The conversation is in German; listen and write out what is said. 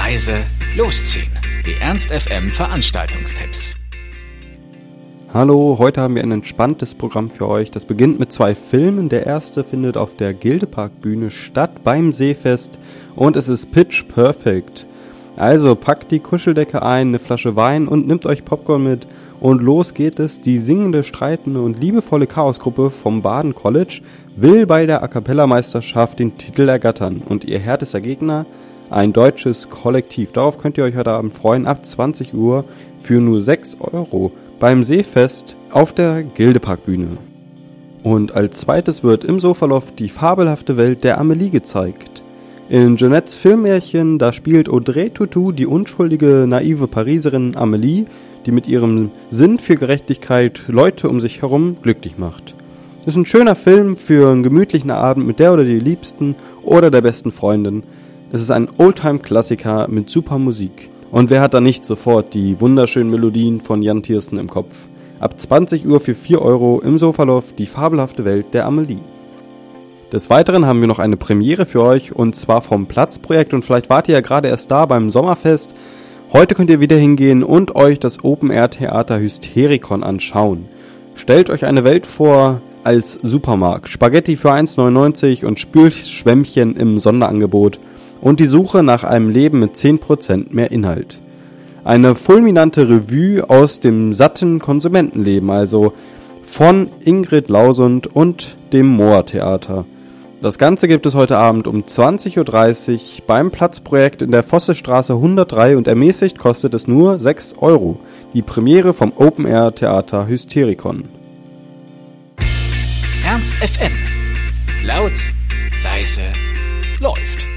leise, losziehen. Die Ernst FM Veranstaltungstipps. Hallo, heute haben wir ein entspanntes Programm für euch. Das beginnt mit 2 Filmen. Der erste findet auf der Gildepark-Bühne statt beim Seefest und es ist Pitch Perfect. Also packt die Kuscheldecke ein, eine Flasche Wein und nimmt euch Popcorn mit und los geht es. Die singende, streitende und liebevolle Chaosgruppe vom Baden College will bei der A-Cappella-Meisterschaft den Titel ergattern und ihr härtester Gegner ein deutsches Kollektiv. Darauf könnt ihr euch heute Abend freuen, ab 20 Uhr für nur 6 Euro beim Seefest auf der Gildepark-Bühne. Und als zweites wird im Sofaloft die fabelhafte Welt der Amelie gezeigt. In Jeanettes Filmmärchen, da spielt Audrey Tautou die unschuldige, naive Pariserin Amelie, die mit ihrem Sinn für Gerechtigkeit Leute um sich herum glücklich macht. Das ist ein schöner Film für einen gemütlichen Abend mit der oder die Liebsten oder der besten Freundin. Es ist ein Oldtime-Klassiker mit super Musik. Und wer hat da nicht sofort die wunderschönen Melodien von Jan Tiersen im Kopf? Ab 20 Uhr für 4 Euro im Sofaloft die fabelhafte Welt der Amelie. Des Weiteren haben wir noch eine Premiere für euch und zwar vom Platzprojekt und vielleicht wart ihr ja gerade erst da beim Sommerfest. Heute könnt ihr wieder hingehen und euch das Open-Air-Theater Hysterikon anschauen. Stellt euch eine Welt vor als Supermarkt. Spaghetti für 1,99 und Spülschwämmchen im Sonderangebot. Und die Suche nach einem Leben mit 10% mehr Inhalt. Eine fulminante Revue aus dem satten Konsumentenleben, also von Ingrid Lausund und dem Moor-Theater. Das Ganze gibt es heute Abend um 20.30 Uhr beim Platzprojekt in der Vossestraße 103 und ermäßigt kostet es nur 6 Euro. Die Premiere vom Open-Air-Theater Hysterikon. Ernst FM. Laut, leise, läuft.